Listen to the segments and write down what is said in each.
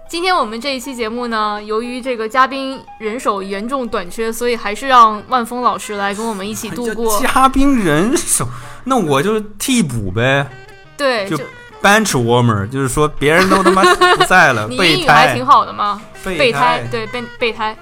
今天我们这一期节目呢，由于这个嘉宾人手严重短缺，所以还是让万峰老师来跟我们一起度过。 嘉宾人手，那我就是替补呗。 对， 就 bench warmer， 就是说别人都他妈不在了。 你英语还挺好的嘛。 备胎， 对，备胎。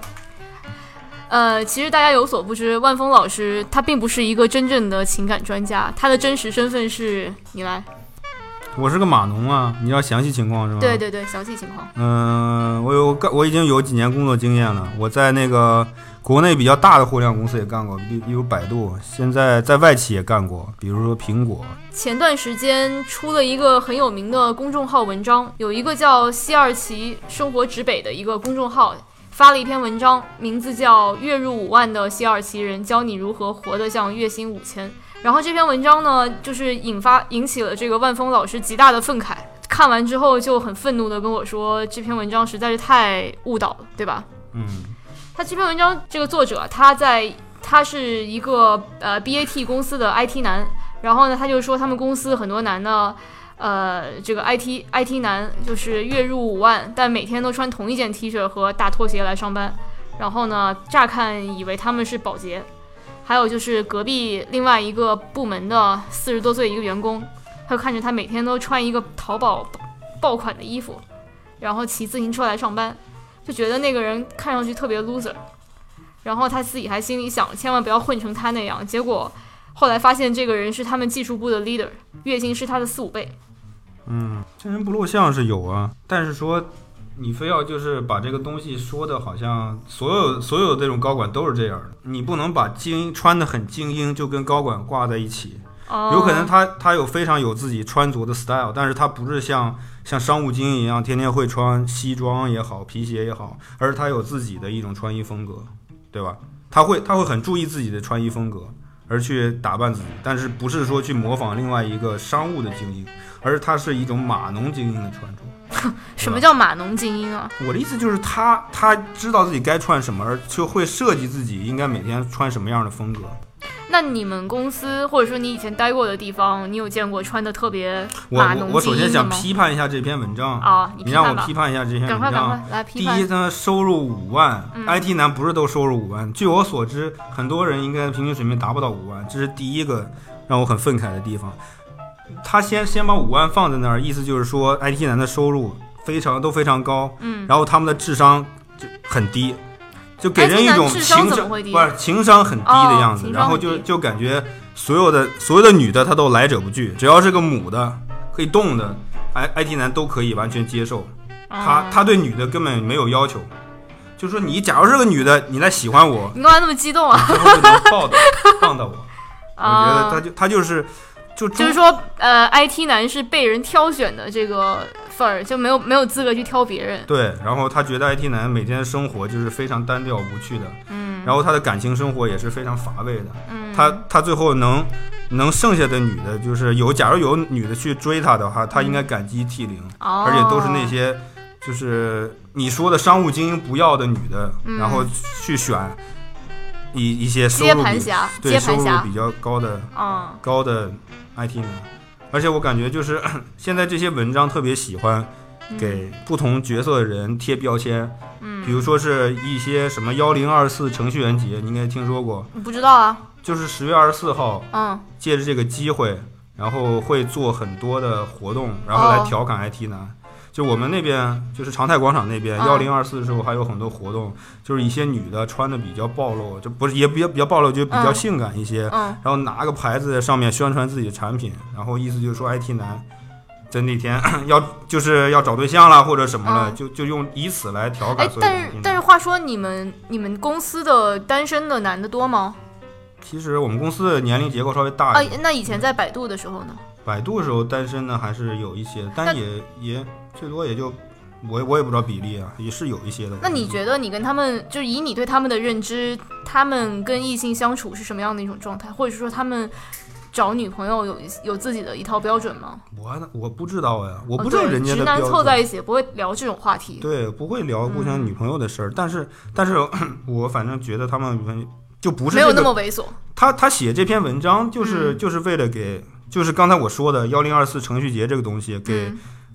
其实大家有所不知，万峰老师他并不是一个真正的情感专家，他的真实身份是，你来。 我是个码农啊，你要详细情况是吗？ 对对对，详细情况。 我已经有几年工作经验了，我在那个国内比较大的互联网公司也干过，比如百度，现在在外企也干过，比如说苹果。 前段时间出了一个很有名的公众号文章，有一个叫西二旗生活指北的一个公众号发了一篇文章，名字叫月入5万的西二旗人教你如何活得像月薪5000。然后这篇文章呢，就是引起了这个万峰老师极大的愤慨，看完之后就很愤怒的跟我说，这篇文章实在是太误导了，对吧？他这篇文章这个作者他是一个BAT 公司的 IT 男，然后呢他就说他们公司很多男的这个 IT 男就是月入5万，但每天都穿同一件 T 恤和大拖鞋来上班，然后呢乍看以为他们是保洁。还有就是隔壁另外一个部门的40多岁一个员工，他就看着他每天都穿一个淘宝爆款的衣服，然后骑自行车来上班，就觉得那个人看上去特别 loser， 然后他自己还心里想千万不要混成他那样，结果后来发现这个人是他们技术部的 leader， 月薪是他的4-5倍。 真人不露相是有啊，但是说你非要就是把这个东西说的好像所有这种高管都是这样的，你不能把穿的很精英就跟高管挂在一起。有可能他有非常有自己穿着的 style， 但是他不是像商务精英一样天天会穿西装也好皮鞋也好，而他有自己的一种穿衣风格，对吧？他会很注意自己的穿衣风格而去打扮自己，但是不是说去模仿另外一个商务的精英，而他是一种码农精英的穿着。 什么叫码农精英啊？ 我的意思就是他知道自己该穿什么，而就会设计自己应该每天穿什么样的风格。 那你们公司或者说你以前待过的地方，你有见过穿的特别码农精英的吗？ 我首先想批判一下这篇文章啊， 你让我批判一下这篇文章。 赶快来批判。 第一，他收入5万，IT 男不是都收入5万？据我所知，很多人应该平均水平达不到5万，这是第一个让我很愤慨的地方。他先把5万放在那儿，意思就是说 IT 男的收入都非常高，然后他们的智商就很低，就给人一种情商很低的样子，然后就感觉所有的女的她都来者不拒，只要是个母的可以动的 IT 男都可以完全接受，他对女的根本没有要求，就说你假如是个女的你来喜欢我， 你干嘛那么激动啊？ 最后就能放到我我觉得他就是说IT 男是被人挑选的这个份儿，就没有资格去挑别人。 对，然后他觉得 IT 男每天的生活就是非常单调无趣的，然后他的感情生活也是非常乏味的，他最后能剩下的女的就是假如有女的去追他的话，他应该感激涕零，而且都是那些就是你说的商务精英不要的女的，然后去选一些收入比较高的 IT 男，而且我感觉就是现在这些文章特别喜欢给不同角色的人贴标签，比如说是一些什么1024程序员节，你应该听说过？ 不知道啊。 就是10月24号，借着这个机会，然后会做很多的活动，然后来调侃 IT 男。就我们那边就是长泰广场那边1024的时候还有很多活动，就是一些女的穿的比较暴露，就不是也比较暴露，就比较性感一些，然后拿个牌子在上面宣传自己的产品，然后意思就是说 IT 男在那天要找对象了或者什么了，就用以此来调侃所有的 IT 男。 但是话说你们公司的单身的男的多吗？ 其实我们公司的年龄结构稍微大一点。 那以前在百度的时候呢？ 百度的时候单身呢还是有一些，但也最多也就我也不知道比例啊，也是有一些的。 那你觉得你跟他们，就是以你对他们的认知，他们跟异性相处是什么样的一种状态，或者是说他们找女朋友有自己的一套标准吗？ 我不知道呀，我不知道人家的标准。 直男凑在一起不会聊这种话题， 对，不会聊互相女朋友的事儿。但是我反正觉得他们就不是没有那么猥琐。 他写这篇文章就是为了给，就是刚才我说的1024程序节这个东西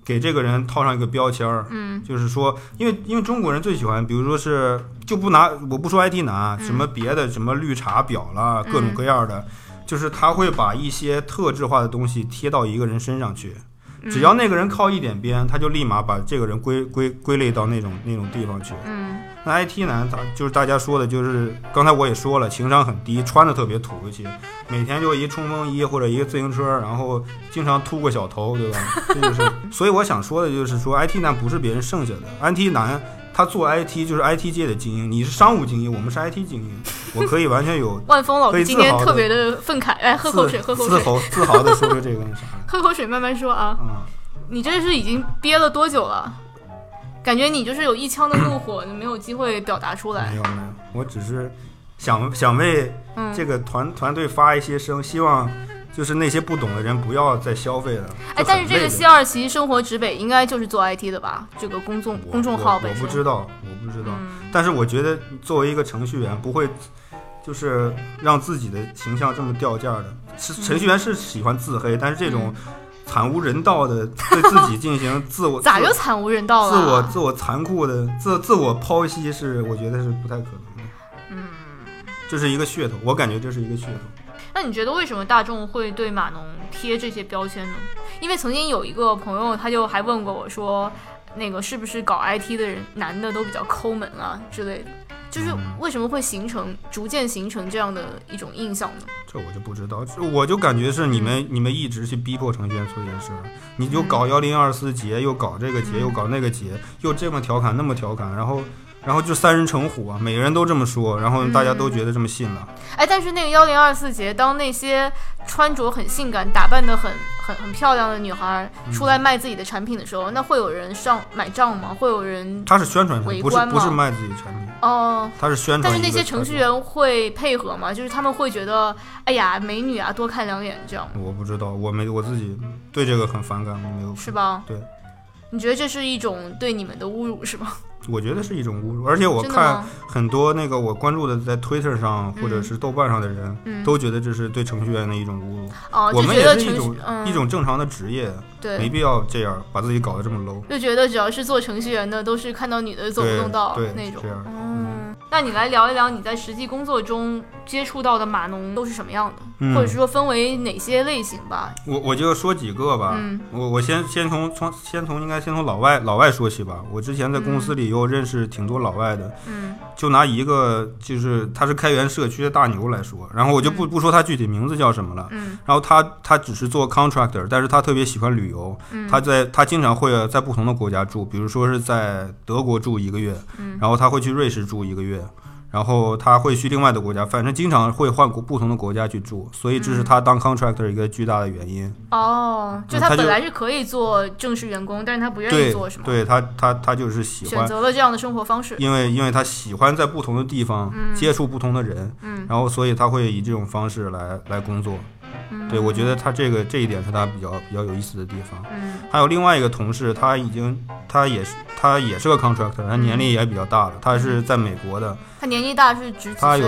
给这个人套上一个标签儿，就是说，因为中国人最喜欢，比如说是我不说 IT 男，什么别的什么绿茶婊啦，各种各样的，就是他会把一些特质化的东西贴到一个人身上去，只要那个人靠一点边，他就立马把这个人归类到那种地方去。那 IT 男他就是大家说的，就是刚才我也说了，情商很低，穿的特别土气，每天就一冲锋衣或者一个自行车，然后经常秃个小头，对吧？这就是，所以我想说的就是说 IT 男不是别人剩下的 IT 男，他做 IT 就是 IT 界的精英，你是商务精英，我们是 IT 精英，我可以完全有万峰老师今天特别的愤慨，来喝口水，喝口水， 自豪的说出这个啥， 喝口水慢慢说啊。你这是已经憋了多久了？感觉你就是有一腔的怒火，你没有机会表达出来。 没有，我只是想为这个团队发一些声，希望就是那些不懂的人不要再消费了。 但是这个西二旗生活指北应该就是做 IT 的吧？这个公众号本身我不知道，但是我觉得作为一个程序员，不会就是让自己的形象这么掉价的。程序员是喜欢自黑，但是这种惨无人道的对自己进行自我咋就惨无人道了？ 自我残酷的自我剖析是，我觉得是不太可能的。这是一个噱头，我感觉这是一个噱头。 那你觉得为什么大众会对码农贴这些标签呢？因为曾经有一个朋友，他就还问过我说，那个是不是搞 IT 的人男的都比较抠门啊之类的。就是为什么会逐渐形成这样的一种印象呢？ 这我就不知道，我就感觉是你们一直去逼迫程序员做这件事，你就搞1024节，又搞这个节，又搞那个节，又这么调侃那么调侃，然后就三人成虎啊，每个人都这么说，然后大家都觉得这么信了。 但是那个1024节，当那些穿着很性感、打扮得很漂亮的女孩出来卖自己的产品的时候，那会有人买账吗？会有人他是宣传围观吗？ 不是卖自己的产品哦，他是宣传。 但是那些程序员会配合吗？就是他们会觉得，哎呀，美女啊，多看两眼这样。 我不知道，我自己对这个很反感，我没有。 是吧？ 对。 你觉得这是一种对你们的侮辱是吗？ 我觉得是一种侮辱，而且我看很多那个我关注的在 Twitter 上或者是豆瓣上的人，都觉得这是对程序员的一种侮辱。我们也是一种正常的职业， 对， 没必要这样把自己搞得这么 low。 就觉得只要是做程序员的，都是看到女的走不动道那种。 这样。 那你来聊一聊你在实际工作中接触到的码农都是什么样的，或者是说分为哪些类型吧？ 我就说几个吧。我先从老外说起吧。我之前在公司里又认识挺多老外的。就拿一个就是他是开源社区的大牛来说，然后我就不说他具体名字叫什么了。然后他只是做 contractor， 但是他特别喜欢旅游。他经常会在不同的国家住，比如说是在德国住1个月，然后他会去瑞士住1个月。然后他会去另外的国家，反正经常会换不同的国家去住，所以这是他当 contractor 一个巨大的原因。 就他本来是可以做正式员工，但是他不愿意做，是吗？ 对，他就是喜欢选择了这样的生活方式， 因为他喜欢在不同的地方接触不同的人，然后所以他会以这种方式来工作。对，我觉得他这一点是他比较有意思的地方。还有另外一个同事，他也是个 contractor， 他年龄也比较大了，他是在美国的。 他年纪大是指几岁啊？ 他有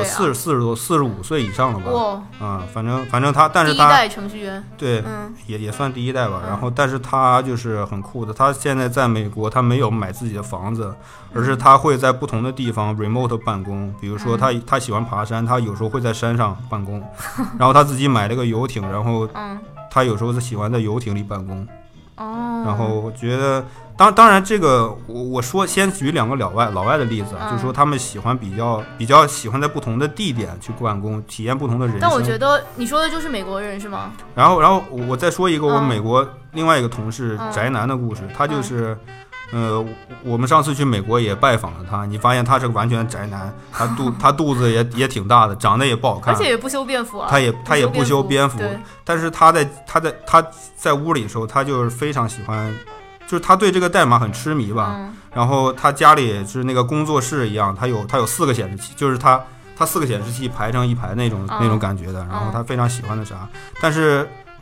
45岁以上了吧？反正他，但是他第一代程序员， 对，也算第一代吧。然后，但是他就是很酷的，他现在在美国，他没有买自己的房子，而是他会在不同的地方 remote 办公。比如说他喜欢爬山，他有时候会在山上办公，然后他自己买了个游艇，然后他有时候喜欢在游艇里办公。然后我觉得。当然，这个我说先举2个老外的例子，就是说他们比较喜欢在不同的地点去办公，体验不同的人生。 但我觉得你说的就是美国人是吗？ 然后我再说一个我美国另外一个同事宅男的故事，他就是。我们上次去美国也拜访了他，你发现他是个完全宅男，他肚子也挺大的，长得也不好看， 而且也不修边幅啊。 他也不修边幅，但是他在屋里的时候，他就是非常喜欢，就是他对这个代码很痴迷吧。然后他家里是那个工作室一样，他有4个显示器，就是他4个显示器排成一排那种感觉的。然后他非常喜欢的啥，但是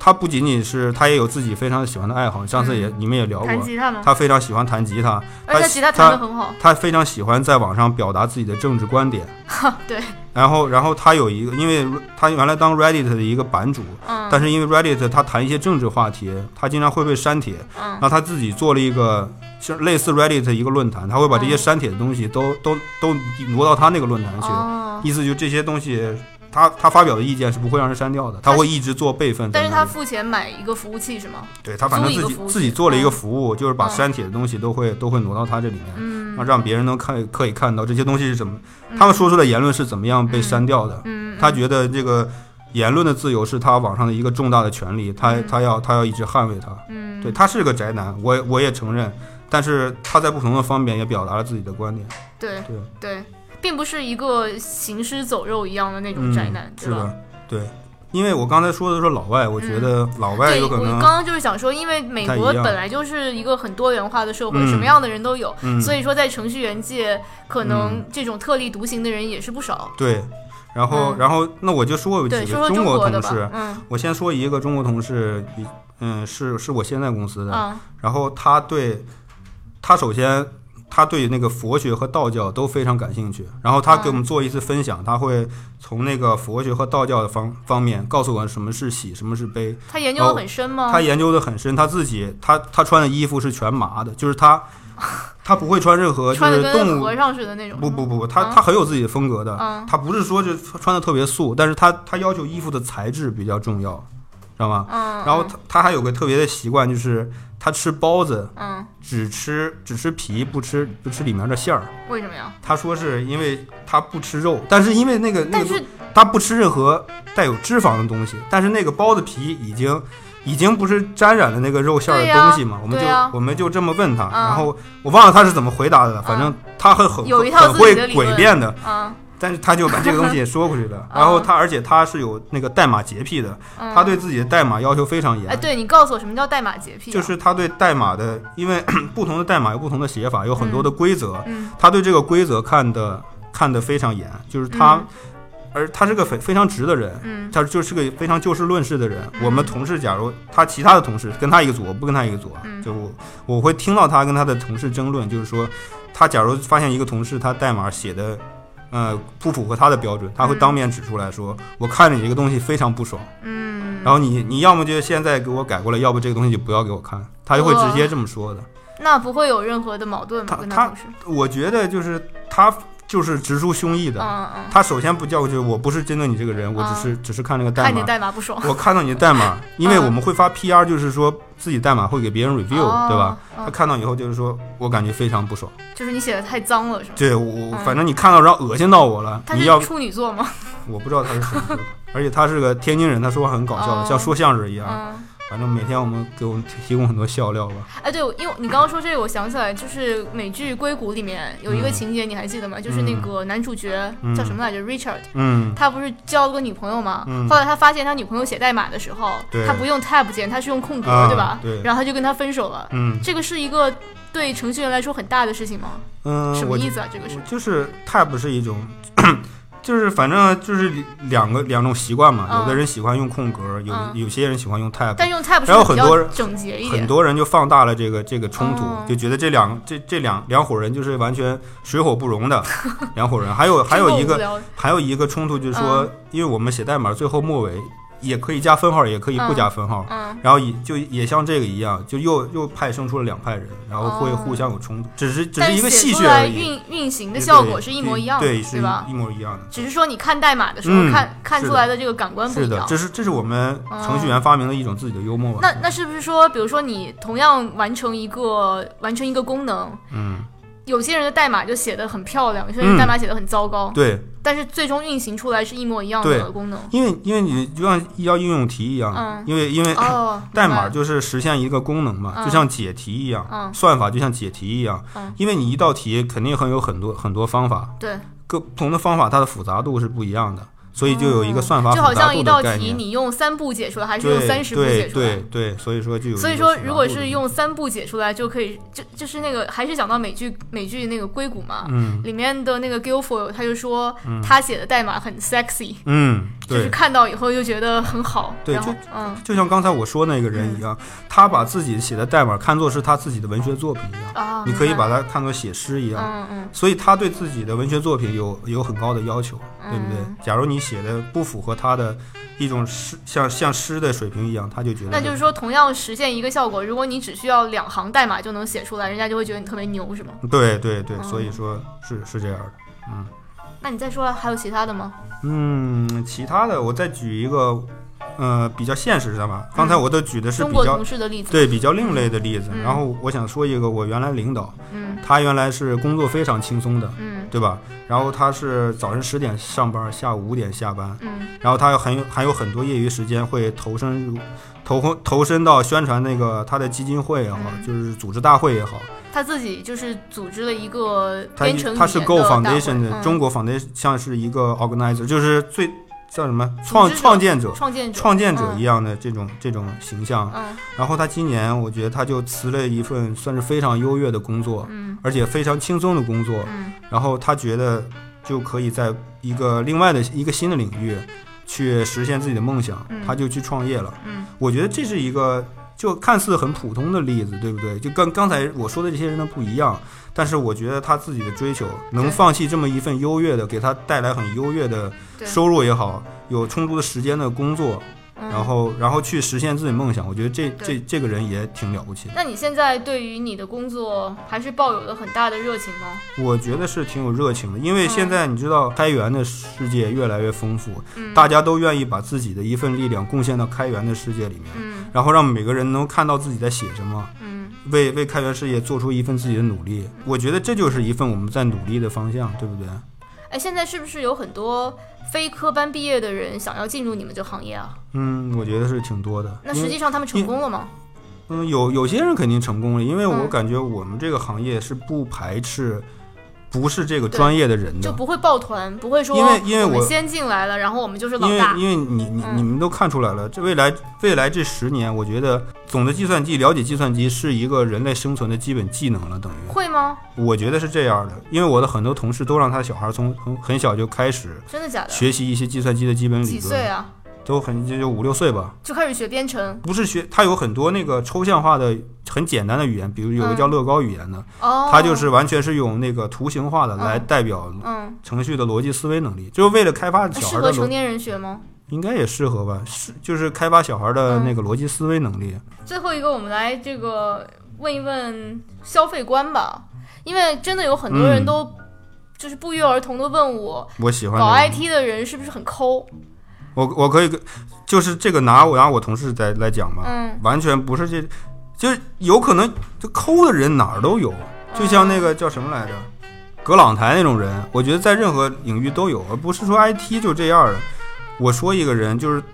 他不仅仅是他也有自己非常喜欢的爱好，上次你们也聊过， 弹吉他吗？ 他非常喜欢弹吉他， 而且吉他弹得很好。 他非常喜欢在网上表达自己的政治观点。 对。 然后他有一个，因为他原来当 Reddit 的一个版主，但是因为 Reddit 他谈一些政治话题，他经常会被删帖，然后他自己做了一个类似 Reddit 一个论坛，他会把这些删帖的东西都挪到他那个论坛去，意思就这些东西。他发表的意见是不会让人删掉的，他会一直做备份。 但是他付钱买一个服务器是吗？ 对，他反正自己做了一个服务，就是把删帖的东西都会挪到他这里面，让别人能可以看到这些东西是怎么，他们说出的言论是怎么样被删掉的。他觉得这个言论的自由是他网上的一个重大的权利，他要一直捍卫它。对，他是个宅男，我也承认，但是他在不同的方面也表达了自己的观点。 对。并不是一个行尸走肉一样的那种宅男， 是吧？对，因为我刚才说的是老外，我觉得老外有可能， 我刚刚就是想说，因为美国本来就是一个很多元化的社会，什么样的人都有，所以说在程序员界，可能这种特立独行的人也是不少。 对，然后那我就说几个中国同事，我先说一个中国同事，是我现在公司的，然后他首先。他对那个佛学和道教都非常感兴趣，然后他给我们做一次分享，他会从那个佛学和道教的方面告诉我什么是喜，什么是悲。 他研究的很深吗？ 他研究的很深，他自己他穿的衣服是全麻的，就是他不会穿任何就是动物和尚似的那种。 不，他很有自己的风格的，他不是说就穿的特别素，但是他要求衣服的材质比较重要，知道吗？然后他还有个特别的习惯，就是他吃包子，只吃皮，不吃里面的馅儿。 为什么呀？ 他说是因为他不吃肉，但是因为那个他不吃任何带有脂肪的东西，但是那个包子皮已经不是沾染了那个肉馅的东西嘛，我们就这么问他，然后我忘了他是怎么回答的，反正他很会诡辩的。但是他就把这个东西也说过去了，然后而且他是有那个代码洁癖的，他对自己的代码要求非常严。 对，你告诉我什么叫代码洁癖？ 就是他对代码的，因为不同的代码有不同的写法，有很多的规则，他对这个规则看得非常严，就是而他是个非常直的人，他就是个非常就事论事的人。我们同事假如他其他的同事跟他一个组，我不跟他一个组，就我会听到他跟他的同事争论，就是说他假如发现一个同事他代码写的不符合他的标准，他会当面指出来说，我看着你这个东西非常不爽，然后你要么就现在给我改过来，要不这个东西就不要给我看，他就会直接这么说的。 那不会有任何的矛盾吗？跟他同事？ 我觉得就是他就是直抒胸臆的，他首先不叫，就我不是针对你这个人，我只是看那个代码， 看你代码不爽， 我看到你的代码，因为我们会发 PR， 就是说自己代码会给别人 review，对吧？他看到以后就是说我感觉非常不爽， 就是你写的太脏了，是吗？ 对，我反正你看到然后恶心到我了。 他是处女座吗？ 我不知道他是什么座，而且他是个天津人，他说话很搞笑的，像说相声一样。反正每天给我们提供很多笑料吧。 对，因为你刚刚说这个，我想起来，就是美剧《硅谷》里面有一个情节，你还记得吗？就是那个男主角叫什么来着 ，Richard，他不是交了个女朋友吗？后来他发现他女朋友写代码的时候，他不用 Tab 键，他是用空格，对吧？ 对。 然后他就跟他分手了。这个是一个对程序员来说很大的事情吗？什么意思啊？这个是就是 Tab 是一种。就是反正就是两种习惯嘛，有的人喜欢用空格，有些人喜欢用 tab， 但用 tab 然后很多人整洁一点， 很多人就放大了这个冲突，就觉得这两伙人就是完全水火不容的两伙人。还有一个冲突就是说，因为我们写代码最后末尾也可以加分号，也可以不加分号，然后也像这个一样，就又派生出了两派人，然后会互相有冲突，只是一个戏谑而已。 运行的效果是一模一样的， 对吧？ 一模一样的。 只是说你看代码的时候，看出来的这个感官不一样。 是的，这是我们程序员发明的一种自己的幽默吧。 那是不是说，比如说你同样完成一个功能，有些人的代码就写得很漂亮，有些人代码写得很糟糕， 对。 但是最终运行出来是一模一样的功能， 因为你就像应用题一样，因为代码就是实现一个功能嘛，就像解题一样，算法就像解题一样，因为你一道题肯定有很多方法， 对， 各不同的方法它的复杂度是不一样的。所以就有一个算法复杂度的概念，就好像一道题你用3步解出来还是用30步解出来， 对，所以说就有。 所以说如果是用3步解出来就可以，就是那个还是讲到美剧那个硅谷嘛，里面的那个 Guilfoyle 他就说他写的代码很 sexy， 就是看到以后就觉得很好。 对，就像刚才我说那个人一样，他把自己写的代码看作是他自己的文学作品一样，你可以把它看作写诗一样。所以他对自己的文学作品有很高的要求，对不对？假如你写的不符合他的一种诗，像诗的水平一样，他就觉得。 那就是说，同样实现一个效果，如果你只需要2行代码就能写出来，人家就会觉得你特别牛，是吗？ 对对对，所以说是这样的。 那你再说还有其他的吗？ 其他的我再举一个，比较现实的吧。刚才我都举的是比较中国同事的例子， 对，比较另类的例子。然后我想说一个我原来领导，他原来是工作非常轻松的，对吧？然后他是早晨10点上班，下午5点下班，然后他还有很多业余时间会投身到宣传那个他的基金会也好，就是组织大会也好。 他自己就是组织了一个编程语言的大会， 他是 Go Foundation 的，中国 Foundation 像是一个 organizer， 就是最叫什么创建者一样的这种形象。然后他今年我觉得他就辞了一份算是非常优越的工作，而且非常轻松的工作。然后他觉得就可以在一个另外的一个新的领域去实现自己的梦想，他就去创业了。我觉得这是一个就看似很普通的例子，对不对？就跟刚才我说的这些人的不一样，但是我觉得他自己的追求，能放弃这么一份优越的，给他带来很优越的收入也好，有充足的时间的工作，然后去实现自己的梦想，我觉得这个人也挺了不起的。 那你现在对于你的工作还是抱有了很大的热情吗？ 我觉得是挺有热情的，因为现在你知道开源的世界越来越丰富，大家都愿意把自己的一份力量贡献到开源的世界里面，然后让每个人能看到自己在写什么，为开源事业做出一份自己的努力。我觉得这就是一份我们在努力的方向，对不对？ 现在是不是有很多非科班毕业的人想要进入你们这个行业啊？ 我觉得是挺多的。 那实际上他们成功了吗？ 有些人肯定成功了，因为我感觉我们这个行业是不排斥不是这个专业的人的， 就不会抱团，不会说因为我们先进来了，然后我们就是老大。 因为你们都看出来了，这未来这10年，我觉得懂得计算机、了解计算机是一个人类生存的基本技能了，等于会吗？我觉得是这样的，因为我的很多同事都让他小孩从很小就开始， 真的假的？ 学习一些计算机的基本理论。 几岁啊？ 都就5、6岁吧， 就开始学编程。 不是学，它有很多那个抽象化的很简单的语言，比如有个叫乐高语言的，它就是完全是用那个图形化的来代表程序的逻辑思维能力，就是为了开发小孩的。 适合成年人学吗？ 应该也适合吧，就是开发小孩的那个逻辑思维能力。 最后一个，我们来这个问一问消费观吧，因为真的有很多人都就是不约而同的问我喜欢搞 IT 的人是不是很抠。 我可以就是这个拿我同事来讲吧，完全不是就是有可能就抠的人哪儿都有，就像那个叫什么来着，葛朗台那种人，我觉得在任何领域都有，而不是说 IT 就这样的。我说一个人，就是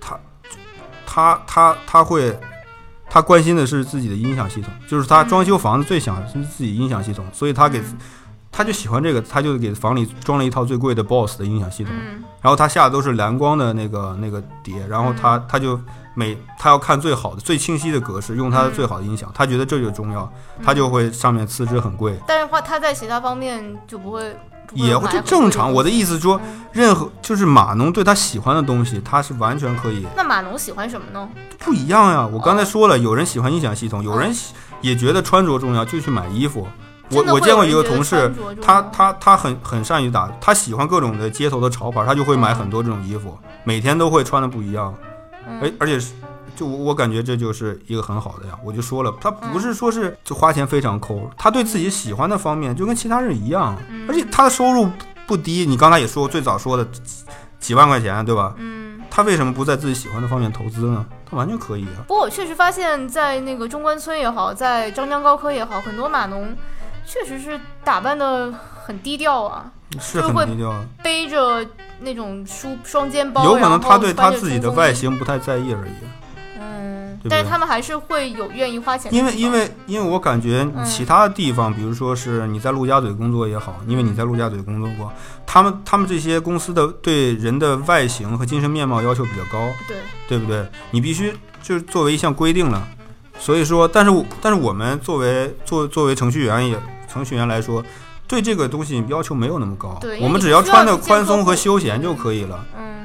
他关心的是自己的音响系统，就是他装修房子最想是自己音响系统，所以他就喜欢这个，他就给房里装了一套最贵的 BOSS 的音响系统，然后他下的都是蓝光的那个碟，然后他要看最好的最清晰的格式，用他的最好的音响，他觉得这就重要，他就会上面辞职很贵。 但是他在其他方面就不会也会就正常。我的意思说，任何就是码农对他喜欢的东西，他是完全可以。那码农喜欢什么呢？ 不一样呀。我刚才说了，有人喜欢音响系统，有人也觉得穿着重要，就去买衣服。我见过一个同事，他很善于打，他喜欢各种的街头的潮牌，他就会买很多这种衣服，每天都会穿的不一样。而且就我感觉这就是一个很好的呀。我就说了，他不是说是就花钱非常抠，他对自己喜欢的方面就跟其他人一样，而且他的收入不低。你刚才也说最早说的几万块钱，对吧？他为什么不在自己喜欢的方面投资呢？他完全可以啊。 不过我确实发现，在那个中关村也好，在张江高科也好，很多码农确实是打扮的很低调啊， 是很低调， 背着那种双肩包， 有可能他对他自己的外形不太在意而已。 但是他们还是会有愿意花钱的地方。 因为我感觉其他的地方，比如说是你在陆家嘴工作也好，因为你在陆家嘴工作过，他们这些公司的对人的外形和精神面貌要求比较高，对不对？你必须就是作为一项规定了。所以说，但是我们作为程序员来说，对这个东西要求没有那么高，我们只要穿的宽松和休闲就可以了。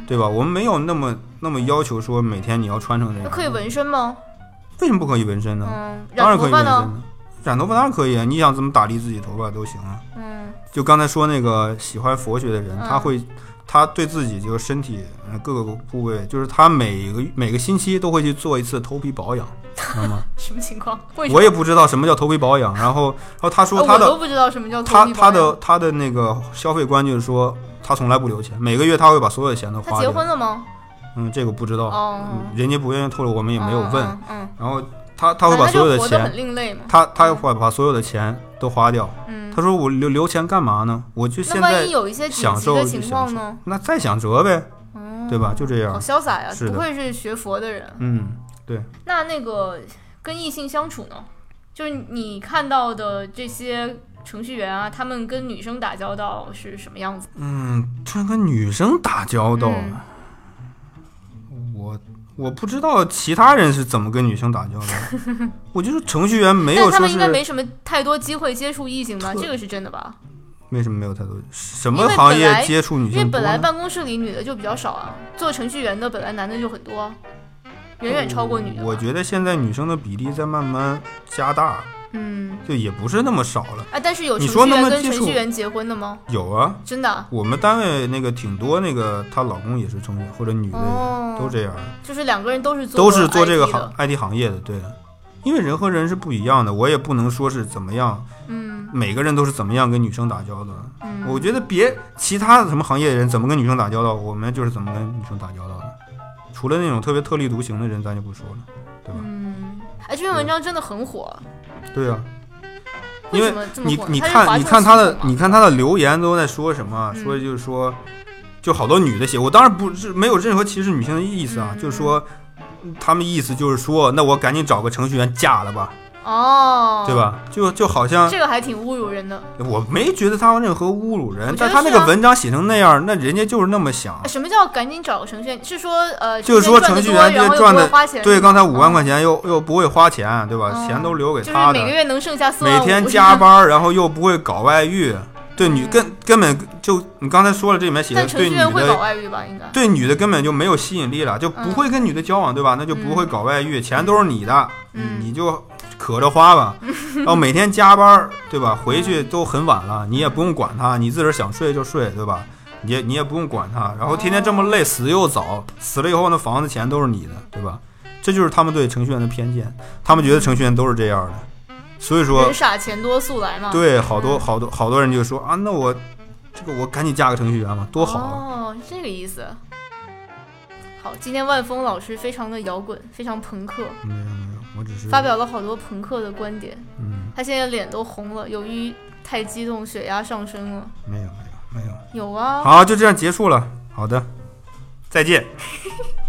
对吧？我们没有那么要求说每天你要穿成这样。 可以纹身吗？ 为什么不可以纹身呢？当然可以纹身呢。染头发当然可以啊，你想怎么打理自己头发都行啊。就刚才说那个喜欢佛学的人，他对自己这个身体各个部位，就是他每个星期都会去做一次头皮保养，知道吗？ 什么情况？为什么？ 我也不知道什么叫头皮保养。然后他说他的、 我都不知道什么叫头皮保养。 他的那个消费观就是说，他从来不留钱，每个月他会把所有的钱都花掉。 他结婚了吗？ 这个不知道，人家不愿意透露，我们也没有问。然后他会把所有的钱，他会把所有的钱都花掉。他说我留钱干嘛呢？我就现在享受就享受，那再想辙呗，对吧？就这样。 好潇洒呀，不愧是学佛的人。 对。 那个跟异性相处呢？就是你看到的这些程序员啊，他们跟女生打交道是什么样子？ 他跟女生打交道，我不知道其他人是怎么跟女生打交道。我觉得程序员没有说是， 但他们应该没什么太多机会接触异性吧？这个是真的吧？ 为什么没有太多？什么行业接触女性多呢？ 因为本来办公室里女的就比较少啊，做程序员的本来男的就很多，远远超过女的。 我觉得现在女生的比例在慢慢加大。就也不是那么少了。 但是有程序员跟程序员结婚的吗？ 有啊， 真的。 我们单位那个挺多，那个她老公也是程序员或者女的，都这样。 就是两个人都是做这个IT 行业的，对。因为人和人是不一样的，我也不能说是怎么样。每个人都是怎么样跟女生打交道。我觉得其他的什么行业的人怎么跟女生打交道，我们就是怎么跟女生打交道的。除了那种特别特立独行的人，咱就不说了，对吧？ 这篇文章真的很火。 对啊， 因为你看他的留言都在说什么？说就是说，就好多女的写，我当然不是没有任何歧视女性的意思啊，就是说，他们意思就是说，那我赶紧找个程序员嫁了吧。对吧？就好像这个还挺侮辱人的。 我没觉得他有任何侮辱人，但他那个文章写成那样，那人家就是那么想。 什么叫赶紧找个程序员？是说就是说程序员这赚的，对，刚才5万块钱又不会花钱，对吧？钱都留给他的， 就是每个月能剩下4万5， 每天加班，然后又不会搞外遇。对根本就你刚才说了，这里面写的对女的会搞外遇吧？应该对女的根本就没有吸引力了，就不会跟女的交往，对吧？那就不会搞外遇，钱都是你的，你就可着花吧。然后每天加班，对吧？回去都很晚了，你也不用管他，你自个儿想睡就睡，对吧？你也不用管他，然后天天这么累，死又早，死了以后那房子钱都是你的，对吧？这就是他们对程序员的偏见，他们觉得程序员都是这样的。所以说人傻钱多速来嘛。 对，好多人就说啊，那我赶紧嫁个程序员嘛，多好啊。这个意思。好，今天万峰老师非常的摇滚，非常朋克。 没有，我只是发表了好多朋克的观点。他现在脸都红了，由于太激动，血压上升了。 没有。 有啊。 好，就这样结束了。好的，再见。